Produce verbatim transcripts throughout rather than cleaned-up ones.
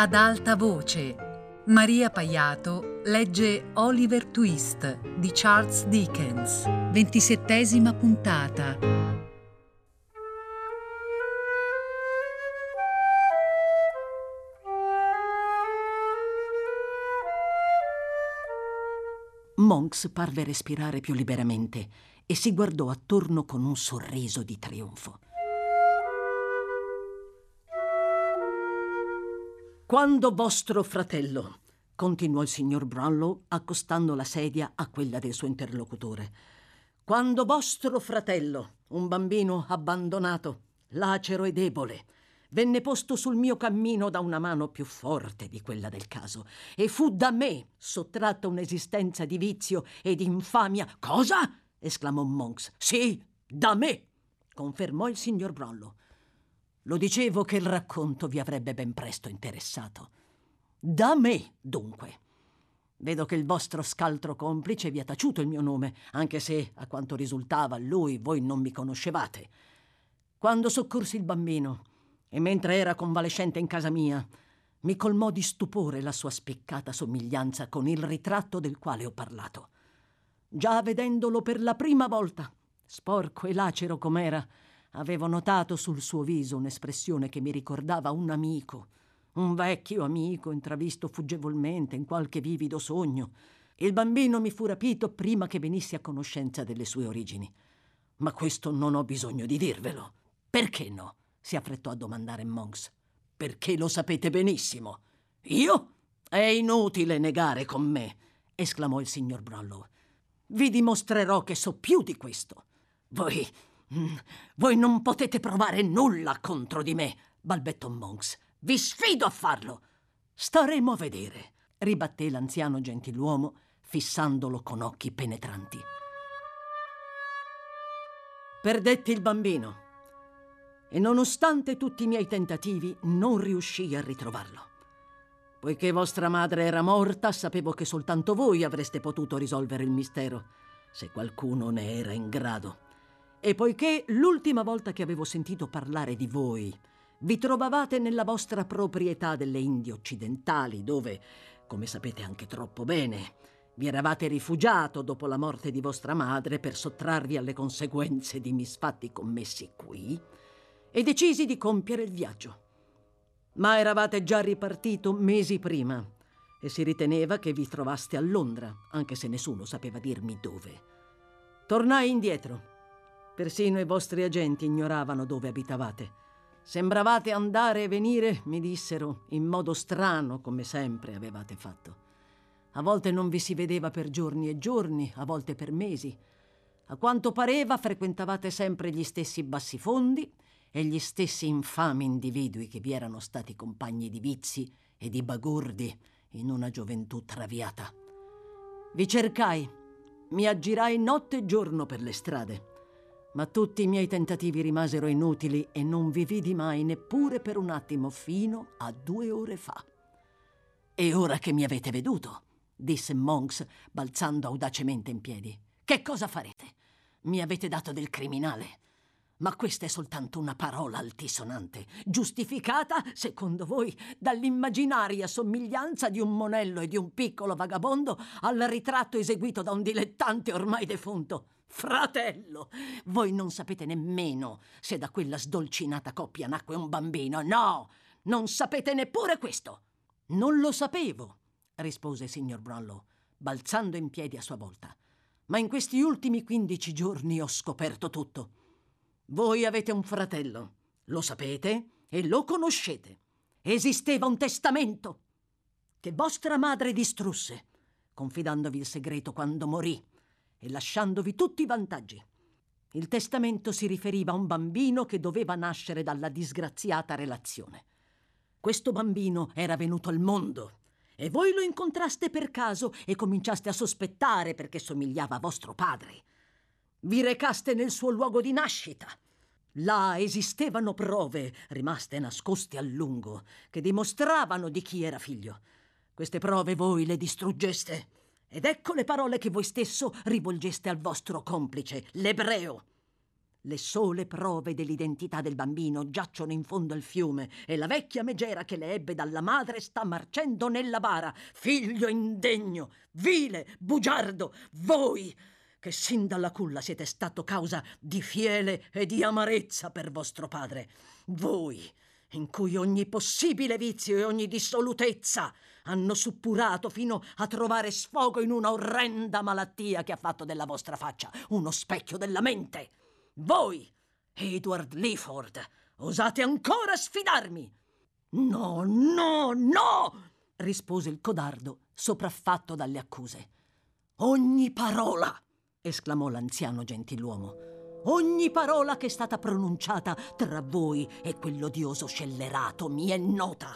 ad alta voce. Maria Paiato legge Oliver Twist di Charles Dickens, ventisettesima puntata. Monks parve respirare più liberamente e si guardò attorno con un sorriso di trionfo. Quando vostro fratello, continuò il signor Brownlow accostando la sedia a quella del suo interlocutore, quando vostro fratello, un bambino abbandonato, lacero e debole, venne posto sul mio cammino da una mano più forte di quella del caso e fu da me sottratta un'esistenza di vizio e di infamia. Cosa? Esclamò Monks. Sì, da me, confermò il signor Brownlow. Lo dicevo che il racconto vi avrebbe ben presto interessato. Da me, dunque. Vedo che il vostro scaltro complice vi ha taciuto il mio nome, anche se, a quanto risultava a lui, voi non mi conoscevate. Quando soccorsi il bambino, e mentre era convalescente in casa mia, mi colmò di stupore la sua spiccata somiglianza con il ritratto del quale ho parlato. Già vedendolo per la prima volta, sporco e lacero com'era, avevo notato sul suo viso un'espressione che mi ricordava un amico, un vecchio amico intravisto fuggevolmente in qualche vivido sogno. Il bambino mi fu rapito prima che venissi a conoscenza delle sue origini. Ma questo non ho bisogno di dirvelo. Perché no? Si affrettò a domandare Monks. Perché lo sapete benissimo. Io? È inutile negare con me, esclamò il signor Brownlow. Vi dimostrerò che so più di questo. Voi... Voi non potete provare nulla contro di me, balbettò Monks. Vi sfido a farlo. Staremo a vedere, ribatté l'anziano gentiluomo, fissandolo con occhi penetranti. Perdetti il bambino e nonostante tutti i miei tentativi non riuscii a ritrovarlo. Poiché vostra madre era morta, sapevo che soltanto voi avreste potuto risolvere il mistero, se qualcuno ne era in grado. E poiché l'ultima volta che avevo sentito parlare di voi vi trovavate nella vostra proprietà delle Indie occidentali, dove, come sapete anche troppo bene, vi eravate rifugiato dopo la morte di vostra madre per sottrarvi alle conseguenze di misfatti commessi qui, e decisi di compiere il viaggio. Ma eravate già ripartito mesi prima e si riteneva che vi trovaste a Londra, anche se nessuno sapeva dirmi dove. Tornai indietro. Persino i vostri agenti ignoravano dove abitavate. Sembravate andare e venire, mi dissero, in modo strano, come sempre avevate fatto. A volte non vi si vedeva per giorni e giorni, a volte per mesi. A quanto pareva, frequentavate sempre gli stessi bassifondi e gli stessi infami individui che vi erano stati compagni di vizi e di bagurdi in una gioventù traviata. Vi cercai, mi aggirai notte e giorno per le strade, ma tutti i miei tentativi rimasero inutili e non vi vidi mai neppure per un attimo fino a due ore fa. E ora che mi avete veduto, disse Monks balzando audacemente in piedi, che cosa farete? Mi avete dato del criminale. Ma questa è soltanto una parola altisonante, giustificata, secondo voi, dall'immaginaria somiglianza di un monello e di un piccolo vagabondo al ritratto eseguito da un dilettante ormai defunto. Fratello, voi non sapete nemmeno se da quella sdolcinata coppia nacque un bambino. No, non sapete neppure questo. Non lo sapevo, rispose il signor Brownlow, balzando in piedi a sua volta. Ma in questi ultimi quindici giorni ho scoperto tutto. Voi avete un fratello, lo sapete e lo conoscete. Esisteva un testamento che vostra madre distrusse, confidandovi il segreto quando morì e lasciandovi tutti i vantaggi. Il testamento si riferiva a un bambino che doveva nascere dalla disgraziata relazione. Questo bambino era venuto al mondo e voi lo incontraste per caso e cominciaste a sospettare perché somigliava a vostro padre. Vi recaste nel suo luogo di nascita. Là esistevano prove, rimaste nascoste a lungo, che dimostravano di chi era figlio. Queste prove voi le distruggeste. Ed ecco le parole che voi stesso rivolgeste al vostro complice, l'ebreo. Le sole prove dell'identità del bambino giacciono in fondo al fiume e la vecchia megera che le ebbe dalla madre sta marcendo nella bara. Figlio indegno, vile, bugiardo, voi che sin dalla culla siete stato causa di fiele e di amarezza per vostro padre. Voi, in cui ogni possibile vizio e ogni dissolutezza hanno suppurato fino a trovare sfogo in una orrenda malattia che ha fatto della vostra faccia uno specchio della mente. Voi, Edward Leeford, osate ancora sfidarmi? No, no, no! Rispose il codardo, sopraffatto dalle accuse. Ogni parola, esclamò l'anziano gentiluomo, ogni parola che è stata pronunciata tra voi e quell'odioso scellerato mi è nota.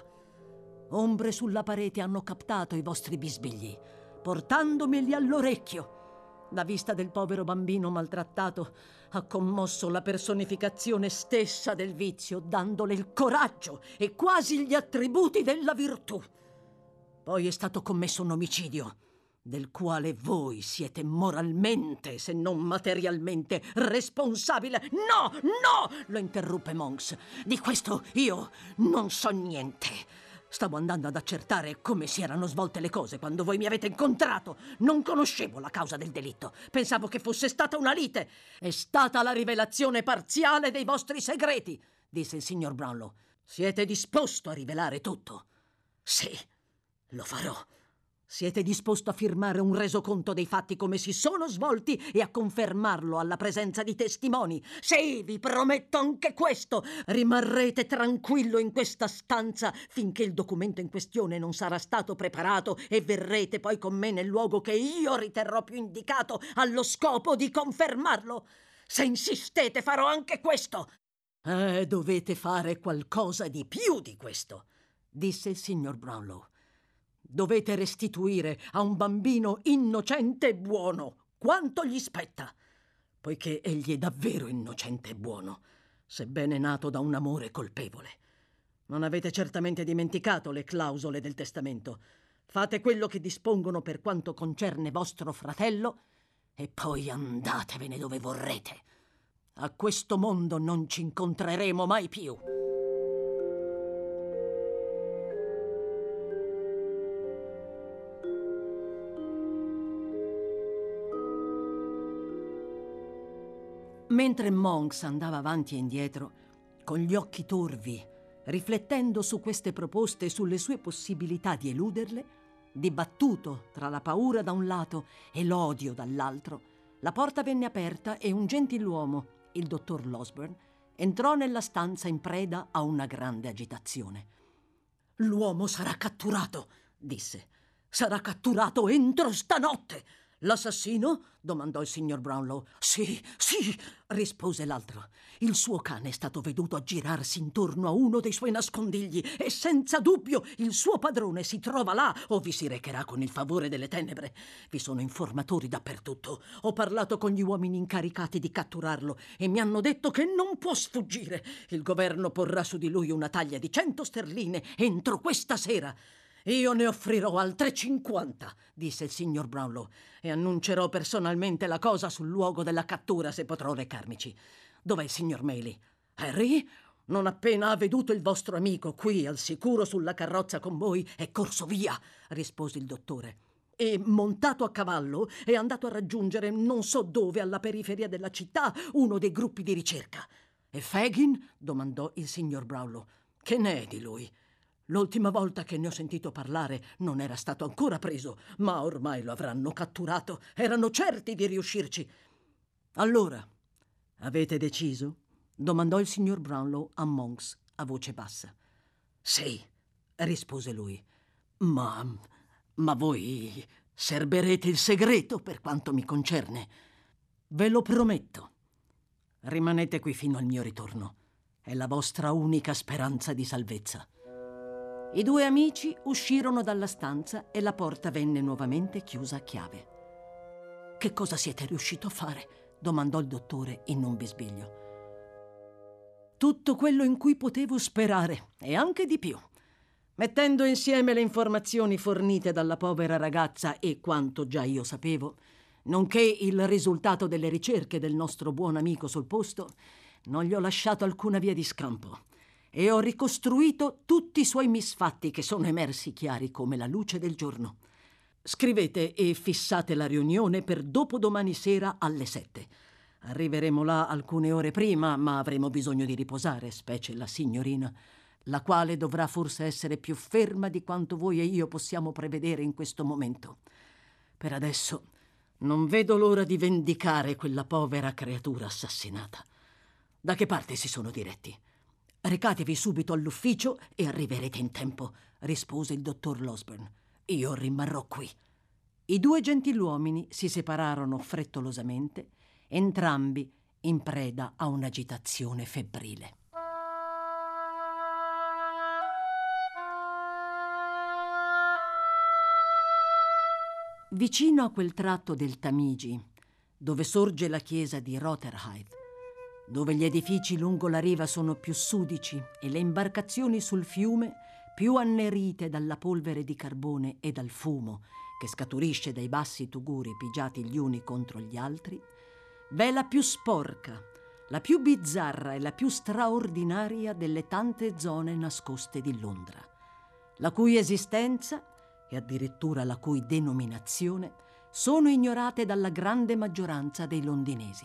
Ombre sulla parete hanno captato i vostri bisbigli, portandomeli all'orecchio. La vista del povero bambino maltrattato ha commosso la personificazione stessa del vizio, dandole il coraggio e quasi gli attributi della virtù. Poi è stato commesso un omicidio, del quale voi siete moralmente, se non materialmente, responsabile. No, no! Lo interruppe Monks. Di questo io non so niente. Stavo andando ad accertare come si erano svolte le cose quando voi mi avete incontrato. Non conoscevo la causa del delitto. Pensavo che fosse stata una lite. È stata la rivelazione parziale dei vostri segreti, disse il signor Brownlow. Siete disposto a rivelare tutto? Sì, lo farò. Siete disposto a firmare un resoconto dei fatti come si sono svolti e a confermarlo alla presenza di testimoni? Sì, vi prometto anche questo. Rimarrete tranquillo in questa stanza finché il documento in questione non sarà stato preparato e verrete poi con me nel luogo che io riterrò più indicato allo scopo di confermarlo. Se insistete farò anche questo. Eh, dovete fare qualcosa di più di questo, disse il signor Brownlow. Dovete restituire a un bambino innocente e buono quanto gli spetta, poiché egli è davvero innocente e buono, sebbene nato da un amore colpevole. Non avete certamente dimenticato le clausole del testamento. Fate quello che dispongono per quanto concerne vostro fratello e poi andatevene dove vorrete. A questo mondo non ci incontreremo mai più. Mentre Monks andava avanti e indietro, con gli occhi torvi, riflettendo su queste proposte e sulle sue possibilità di eluderle, dibattuto tra la paura da un lato e l'odio dall'altro, la porta venne aperta e un gentiluomo, il dottor Losberne, entrò nella stanza in preda a una grande agitazione. «L'uomo sarà catturato», disse. «Sarà catturato entro stanotte!» «L'assassino?» domandò il signor Brownlow. «Sì, sì», rispose l'altro. «Il suo cane è stato veduto aggirarsi intorno a uno dei suoi nascondigli e senza dubbio il suo padrone si trova là o vi si recherà con il favore delle tenebre. Vi sono informatori dappertutto. Ho parlato con gli uomini incaricati di catturarlo e mi hanno detto che non può sfuggire. Il governo porrà su di lui una taglia di cento sterline entro questa sera». «Io ne offrirò altre cinquanta», disse il signor Brownlow, «e annuncerò personalmente la cosa sul luogo della cattura se potrò recarmici. Dov'è il signor Maylie? Harry? Non appena ha veduto il vostro amico qui al sicuro sulla carrozza con voi è corso via», rispose il dottore. «E montato a cavallo è andato a raggiungere non so dove alla periferia della città uno dei gruppi di ricerca». «E Fagin?» domandò il signor Brownlow. «Che ne è di lui?» «L'ultima volta che ne ho sentito parlare non era stato ancora preso, ma ormai lo avranno catturato. Erano certi di riuscirci». «Allora, avete deciso?» domandò il signor Brownlow a Monks a voce bassa. «Sì», rispose lui. «Ma... ma voi serberete il segreto per quanto mi concerne. Ve lo prometto. Rimanete qui fino al mio ritorno. È la vostra unica speranza di salvezza». I due amici uscirono dalla stanza e la porta venne nuovamente chiusa a chiave. «Che cosa siete riuscito a fare?» domandò il dottore in un bisbiglio. «Tutto quello in cui potevo sperare, e anche di più. Mettendo insieme le informazioni fornite dalla povera ragazza e quanto già io sapevo, nonché il risultato delle ricerche del nostro buon amico sul posto, non gli ho lasciato alcuna via di scampo e ho ricostruito tutti i suoi misfatti che sono emersi chiari come la luce del giorno. Scrivete e fissate la riunione per dopodomani sera alle sette. Arriveremo là alcune ore prima, ma avremo bisogno di riposare, specie la signorina, la quale dovrà forse essere più ferma di quanto voi e io possiamo prevedere in questo momento. Per adesso non vedo l'ora di vendicare quella povera creatura assassinata. Da che parte si sono diretti? Recatevi subito all'ufficio e arriverete in tempo, rispose il dottor Losberne. Io rimarrò qui. I due gentiluomini si separarono frettolosamente, entrambi in preda a un'agitazione febbrile. Vicino a quel tratto del Tamigi, dove sorge la chiesa di Rotherhithe, dove gli edifici lungo la riva sono più sudici e le imbarcazioni sul fiume più annerite dalla polvere di carbone e dal fumo che scaturisce dai bassi tuguri pigiati gli uni contro gli altri, v'è la più sporca, la più bizzarra e la più straordinaria delle tante zone nascoste di Londra, la cui esistenza e addirittura la cui denominazione sono ignorate dalla grande maggioranza dei londinesi.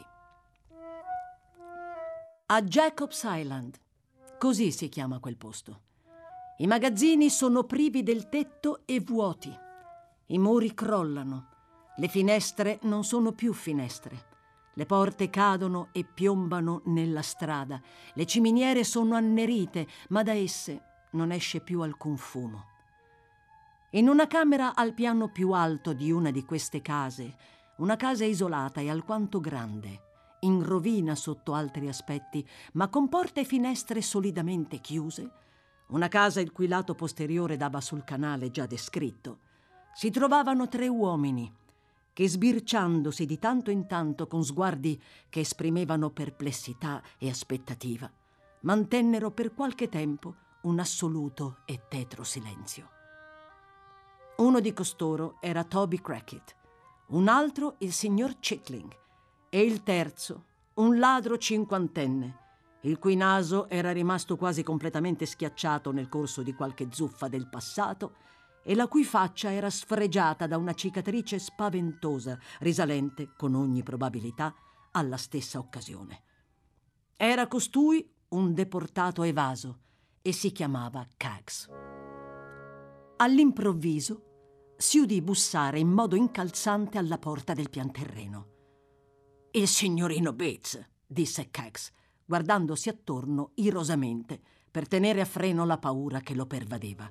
A Jacob's Island, così si chiama quel posto. I magazzini sono privi del tetto e vuoti. I muri crollano. Le finestre non sono più finestre. Le porte cadono e piombano nella strada. Le ciminiere sono annerite, ma da esse non esce più alcun fumo. In una camera al piano più alto di una di queste case, una casa isolata e alquanto grande, in rovina sotto altri aspetti, ma con porte e finestre solidamente chiuse, una casa il cui lato posteriore dava sul canale già descritto, si trovavano tre uomini che, sbirciandosi di tanto in tanto con sguardi che esprimevano perplessità e aspettativa, mantennero per qualche tempo un assoluto e tetro silenzio. Uno di costoro era Toby Crackit, un altro il signor Chickling e il terzo un ladro cinquantenne, il cui naso era rimasto quasi completamente schiacciato nel corso di qualche zuffa del passato e la cui faccia era sfregiata da una cicatrice spaventosa, risalente, con ogni probabilità, alla stessa occasione. Era costui un deportato evaso e si chiamava Kags. All'improvviso si udì bussare in modo incalzante alla porta del pianterreno. «Il signorino Bates», disse Kags, guardandosi attorno irosamente per tenere a freno la paura che lo pervadeva.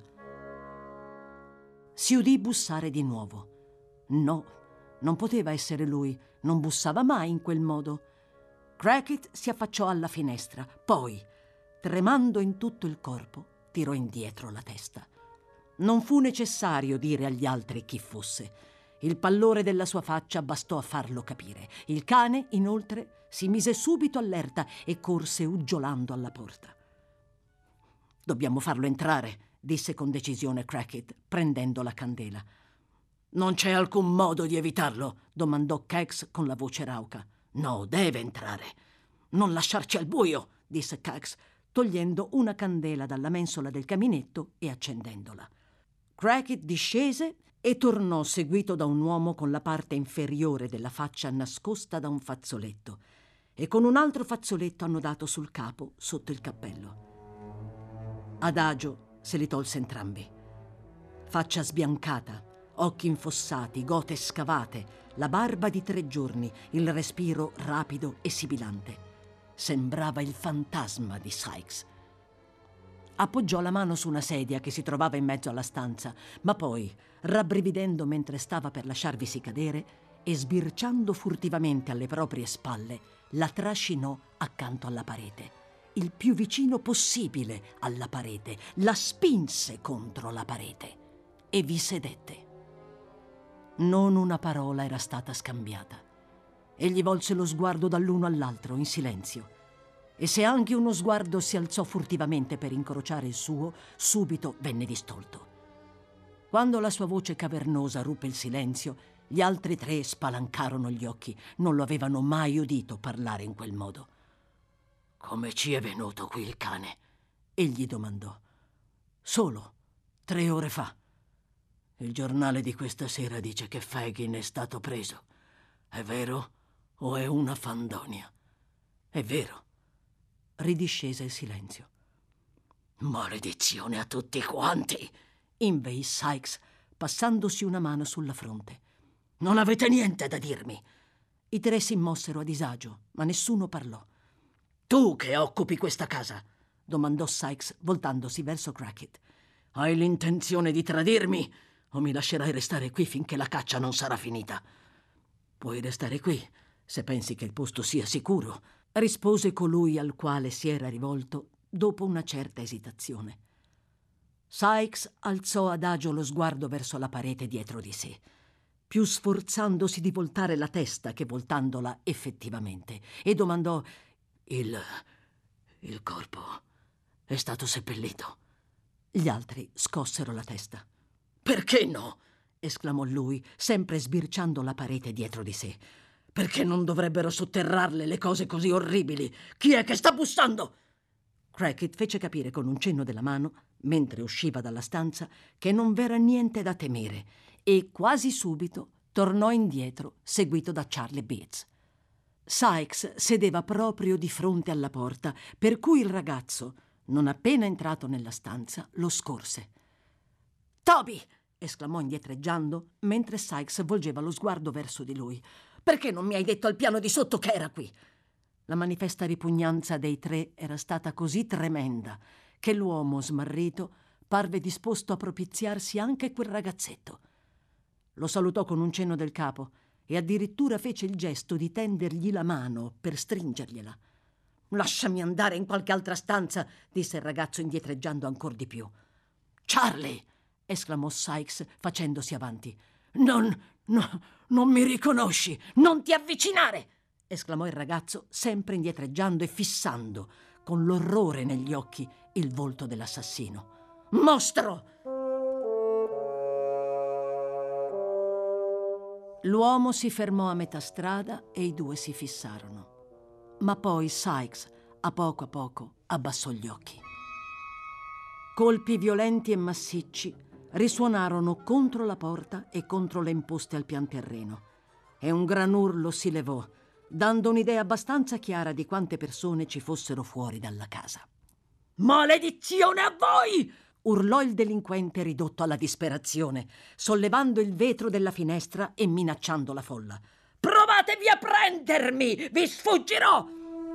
Si udì bussare di nuovo. No, non poteva essere lui, non bussava mai in quel modo. Crackit si affacciò alla finestra, poi, tremando in tutto il corpo, tirò indietro la testa. Non fu necessario dire agli altri chi fosse. Il pallore della sua faccia bastò a farlo capire. Il cane, inoltre, si mise subito allerta e corse uggiolando alla porta. «Dobbiamo farlo entrare», disse con decisione Crackit, prendendo la candela. «Non c'è alcun modo di evitarlo?» domandò Kags con la voce rauca. «No, deve entrare. Non lasciarci al buio», disse Kags, togliendo una candela dalla mensola del caminetto e accendendola. Crackit discese e tornò seguito da un uomo con la parte inferiore della faccia nascosta da un fazzoletto e con un altro fazzoletto annodato sul capo sotto il cappello. Adagio se li tolse entrambi. Faccia sbiancata, occhi infossati, gote scavate, la barba di tre giorni, il respiro rapido e sibilante. Sembrava il fantasma di Sikes. Appoggiò la mano su una sedia che si trovava in mezzo alla stanza, ma poi, rabbrividendo mentre stava per lasciarvisi cadere e sbirciando furtivamente alle proprie spalle, la trascinò accanto alla parete, il più vicino possibile alla parete, la spinse contro la parete e vi sedette. Non una parola era stata scambiata. Egli volse lo sguardo dall'uno all'altro in silenzio. E se anche uno sguardo si alzò furtivamente per incrociare il suo, subito venne distolto. Quando la sua voce cavernosa ruppe il silenzio, Gli altri tre spalancarono gli occhi, non lo avevano mai udito parlare in quel modo. «Come ci è venuto qui il cane?» egli domandò. «Solo tre ore fa. Il giornale di questa sera dice che Fagin è stato preso. È vero o è una fandonia?» «È vero», ridiscese il silenzio. «Maledizione a tutti quanti!» inveì Sikes, passandosi una mano sulla fronte. «Non avete niente da dirmi?» I tre si mossero a disagio, ma nessuno parlò. «Tu che occupi questa casa?» domandò Sikes, voltandosi verso Crackit. «Hai l'intenzione di tradirmi o mi lascerai restare qui finché la caccia non sarà finita?» «Puoi restare qui, se pensi che il posto sia sicuro», rispose colui al quale si era rivolto dopo una certa esitazione. Sikes alzò adagio lo sguardo verso la parete dietro di sé, più sforzandosi di voltare la testa che voltandola effettivamente, e domandò: Il... il corpo è stato seppellito?» Gli altri scossero la testa. «Perché no?» esclamò lui, sempre sbirciando la parete dietro di sé. «Perché non dovrebbero sotterrarle le cose così orribili? Chi è che sta bussando?» Crackit fece capire con un cenno della mano, mentre usciva dalla stanza, che non v'era niente da temere, e quasi subito tornò indietro, seguito da Charlie Bates. Sikes sedeva proprio di fronte alla porta, per cui il ragazzo, non appena entrato nella stanza, lo scorse. «Toby!» esclamò indietreggiando, mentre Sikes volgeva lo sguardo verso di lui. «Perché non mi hai detto al piano di sotto che era qui?» La manifesta ripugnanza dei tre era stata così tremenda che l'uomo smarrito parve disposto a propiziarsi anche quel ragazzetto. Lo salutò con un cenno del capo e addirittura fece il gesto di tendergli la mano per stringergliela. «Lasciami andare in qualche altra stanza», disse il ragazzo indietreggiando ancor di più. «Charlie!» esclamò Sikes facendosi avanti. «Non, no, non mi riconosci! Non ti avvicinare!» esclamò il ragazzo, sempre indietreggiando e fissando, con l'orrore negli occhi, il volto dell'assassino. «Mostro!» L'uomo si fermò a metà strada e i due si fissarono. Ma poi Sikes, a poco a poco, abbassò gli occhi. Colpi violenti e massicci risuonarono contro la porta e contro le imposte al pian terreno, e un gran urlo si levò, dando un'idea abbastanza chiara di quante persone ci fossero fuori dalla casa. «Maledizione a voi!» urlò il delinquente ridotto alla disperazione, sollevando il vetro della finestra e minacciando la folla. «Provatevi a prendermi! Vi sfuggirò!»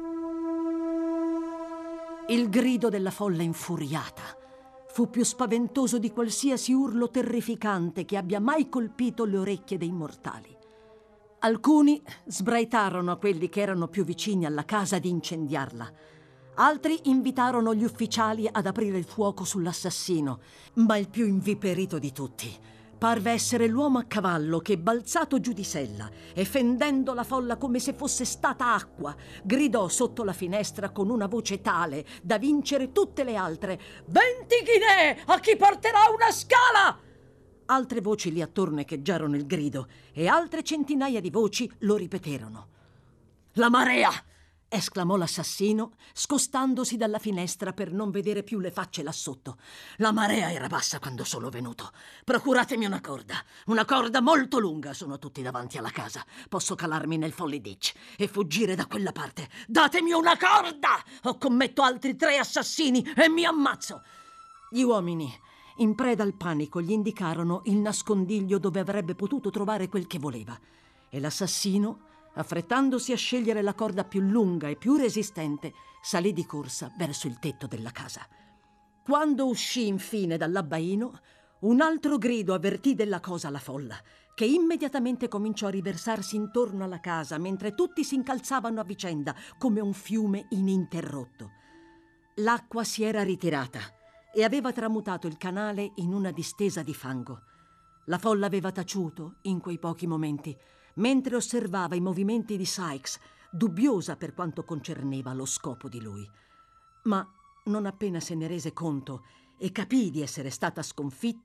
Il grido della folla infuriata fu più spaventoso di qualsiasi urlo terrificante che abbia mai colpito le orecchie dei mortali. Alcuni sbraitarono a quelli che erano più vicini alla casa di incendiarla. Altri invitarono gli ufficiali ad aprire il fuoco sull'assassino, ma il più inviperito di tutti parve essere l'uomo a cavallo che, balzato giù di sella e fendendo la folla come se fosse stata acqua, gridò sotto la finestra con una voce tale da vincere tutte le altre: «Venti ghinè a chi porterà una scala!» Altre voci lì attorno echeggiarono il grido e altre centinaia di voci lo ripeterono. «La marea!» esclamò l'assassino, scostandosi dalla finestra per non vedere più le facce là sotto. «La marea era bassa quando sono venuto. Procuratemi una corda, una corda molto lunga. Sono tutti davanti alla casa. Posso calarmi nel Folly Ditch e fuggire da quella parte. Datemi una corda o commetto altri tre assassini e mi ammazzo!» Gli uomini, in preda al panico, gli indicarono il nascondiglio dove avrebbe potuto trovare quel che voleva, e l'assassino, affrettandosi a scegliere la corda più lunga e più resistente, salì di corsa verso il tetto della casa. Quando uscì infine dall'abbaino, un altro grido avvertì della cosa la folla, che immediatamente cominciò a riversarsi intorno alla casa, mentre tutti si incalzavano a vicenda come un fiume ininterrotto. L'acqua si era ritirata e aveva tramutato il canale in una distesa di fango. La folla aveva taciuto in quei pochi momenti, mentre osservava i movimenti di Sikes, dubbiosa per quanto concerneva lo scopo di lui. Ma non appena se ne rese conto e capì di essere stata sconfitta,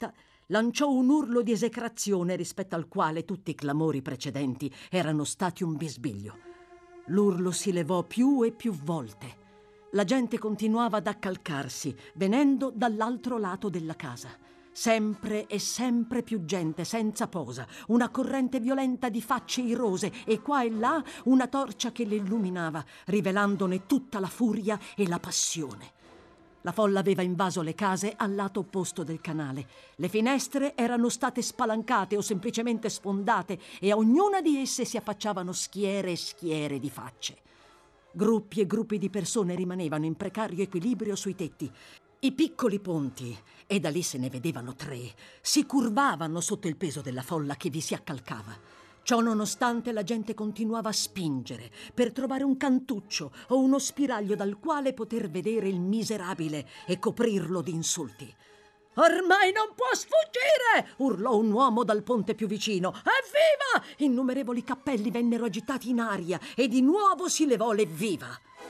lanciò un urlo di esecrazione rispetto al quale tutti i clamori precedenti erano stati un bisbiglio. L'urlo si levò più e più volte. La gente continuava ad accalcarsi, venendo dall'altro lato della casa. Sempre e sempre più gente senza posa, una corrente violenta di facce irose e qua e là una torcia che le illuminava, rivelandone tutta la furia e la passione. La folla aveva invaso le case al lato opposto del canale. Le finestre erano state spalancate o semplicemente sfondate e a ognuna di esse si affacciavano schiere e schiere di facce. Gruppi e gruppi di persone rimanevano in precario equilibrio sui tetti. I piccoli ponti, e da lì se ne vedevano tre, si curvavano sotto il peso della folla che vi si accalcava. Ciò nonostante la gente continuava a spingere per trovare un cantuccio o uno spiraglio dal quale poter vedere il miserabile e coprirlo di insulti. «Ormai non può sfuggire!» urlò un uomo dal ponte più vicino. «Evviva!» Innumerevoli cappelli vennero agitati in aria e di nuovo si levò l'evviva.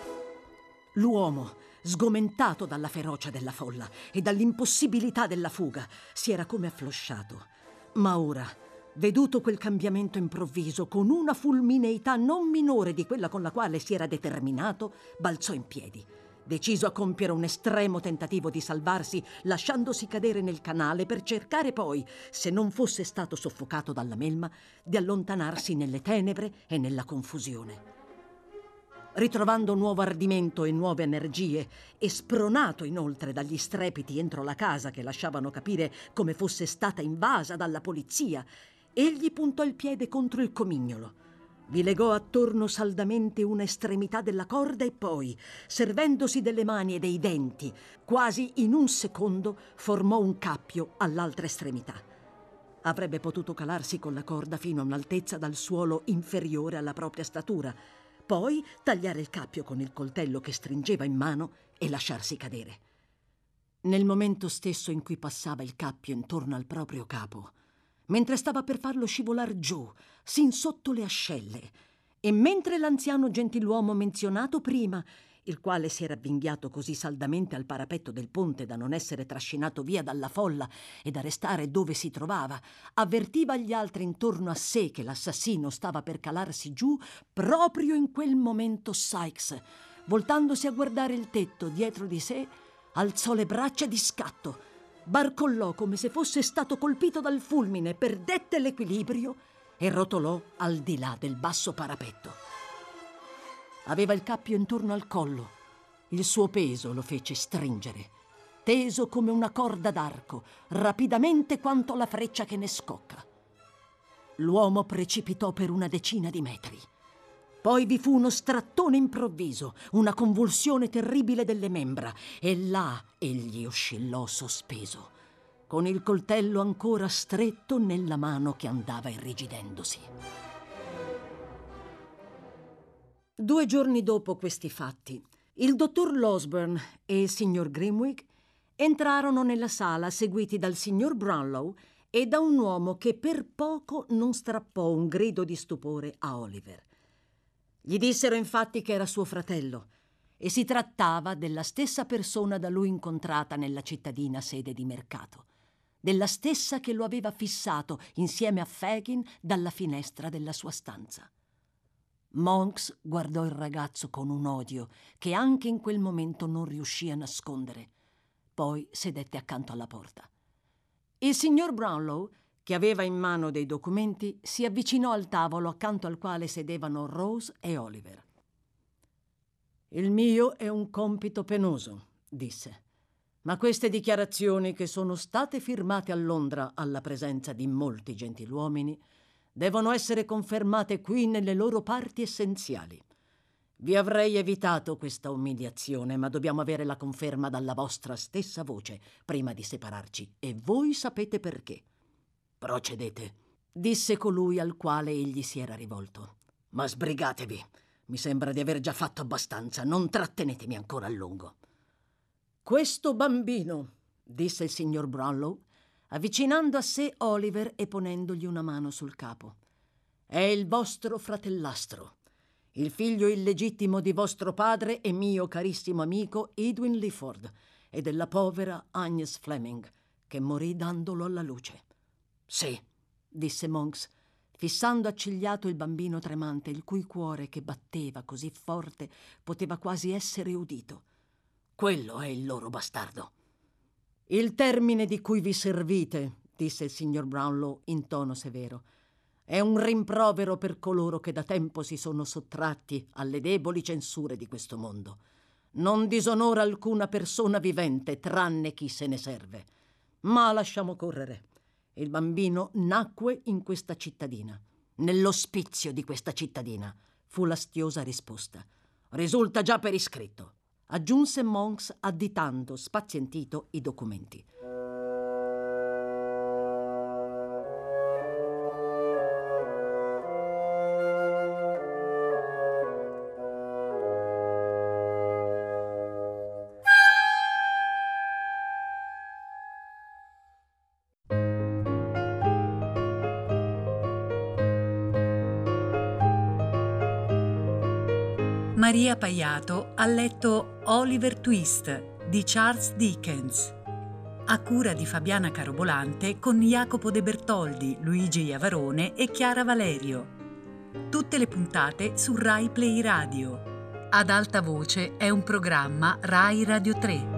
L'uomo, sgomentato dalla ferocia della folla e dall'impossibilità della fuga, si era come afflosciato. Ma ora, veduto quel cambiamento improvviso, con una fulmineità non minore di quella con la quale si era determinato, balzò in piedi, deciso a compiere un estremo tentativo di salvarsi, lasciandosi cadere nel canale per cercare poi, se non fosse stato soffocato dalla melma, di allontanarsi nelle tenebre e nella confusione. Ritrovando nuovo ardimento e nuove energie e spronato inoltre dagli strepiti entro la casa che lasciavano capire come fosse stata invasa dalla polizia, egli puntò il piede contro il comignolo, vi legò attorno saldamente una estremità della corda e poi, servendosi delle mani e dei denti, quasi in un secondo formò un cappio all'altra estremità. Avrebbe potuto calarsi con la corda fino a un'altezza dal suolo inferiore alla propria statura, poi tagliare il cappio con il coltello che stringeva in mano e lasciarsi cadere. Nel momento stesso in cui passava il cappio intorno al proprio capo, mentre stava per farlo scivolar giù, sin sotto le ascelle, e mentre l'anziano gentiluomo menzionato prima, il quale si era avvinghiato così saldamente al parapetto del ponte da non essere trascinato via dalla folla e da restare dove si trovava, avvertiva gli altri intorno a sé che l'assassino stava per calarsi giù, proprio in quel momento Sikes, voltandosi a guardare il tetto dietro di sé, alzò le braccia di scatto, barcollò come se fosse stato colpito dal fulmine, perdette l'equilibrio e rotolò al di là del basso parapetto. Aveva il cappio intorno al collo. Il suo peso lo fece stringere, teso come una corda d'arco, rapidamente quanto la freccia che ne scocca. L'uomo precipitò per una decina di metri. Poi vi fu uno strattone improvviso, una convulsione terribile delle membra, e là egli oscillò sospeso, con il coltello ancora stretto nella mano che andava irrigidendosi. Due giorni dopo questi fatti, il dottor Losberne e il signor Grimwig entrarono nella sala seguiti dal signor Brownlow e da un uomo che per poco non strappò un grido di stupore a Oliver. Gli dissero infatti che era suo fratello e si trattava della stessa persona da lui incontrata nella cittadina sede di mercato, della stessa che lo aveva fissato insieme a Fagin dalla finestra della sua stanza. Monks guardò il ragazzo con un odio che anche in quel momento non riuscì a nascondere. Poi sedette accanto alla porta. Il signor Brownlow, che aveva in mano dei documenti, si avvicinò al tavolo accanto al quale sedevano Rose e Oliver. «Il mio è un compito penoso», disse, «ma queste dichiarazioni, che sono state firmate a Londra alla presenza di molti gentiluomini, devono essere confermate qui nelle loro parti essenziali. Vi avrei evitato questa umiliazione, ma dobbiamo avere la conferma dalla vostra stessa voce prima di separarci, e voi sapete perché. Procedete», disse colui al quale egli si era rivolto. «Ma sbrigatevi, mi sembra di aver già fatto abbastanza, non trattenetemi ancora a lungo». «Questo bambino», disse il signor Brownlow, avvicinando a sé Oliver e ponendogli una mano sul capo, «è il vostro fratellastro, il figlio illegittimo di vostro padre e mio carissimo amico Edwin Leaford e della povera Agnes Fleming, che morì dandolo alla luce. Sì, disse Monks, fissando accigliato il bambino tremante, il cui cuore, che batteva così forte, poteva quasi essere udito. Quello è il loro bastardo. Il termine di cui vi servite, disse il signor Brownlow in tono severo, è un rimprovero per coloro che da tempo si sono sottratti alle deboli censure di questo mondo. Non disonora alcuna persona vivente, tranne chi se ne serve. Ma lasciamo correre. Il bambino nacque in questa cittadina. Nell'ospizio di questa cittadina, fu l'astiosa risposta. Risulta già per iscritto, aggiunse Monks additando spazientito i documenti. Maria Paiato ha letto Oliver Twist di Charles Dickens, a cura di Fabiana Carobolante con Jacopo De Bertoldi, Luigi Iavarone e Chiara Valerio. Tutte le puntate su Rai Play Radio. Ad alta voce è un programma Rai Radio tre.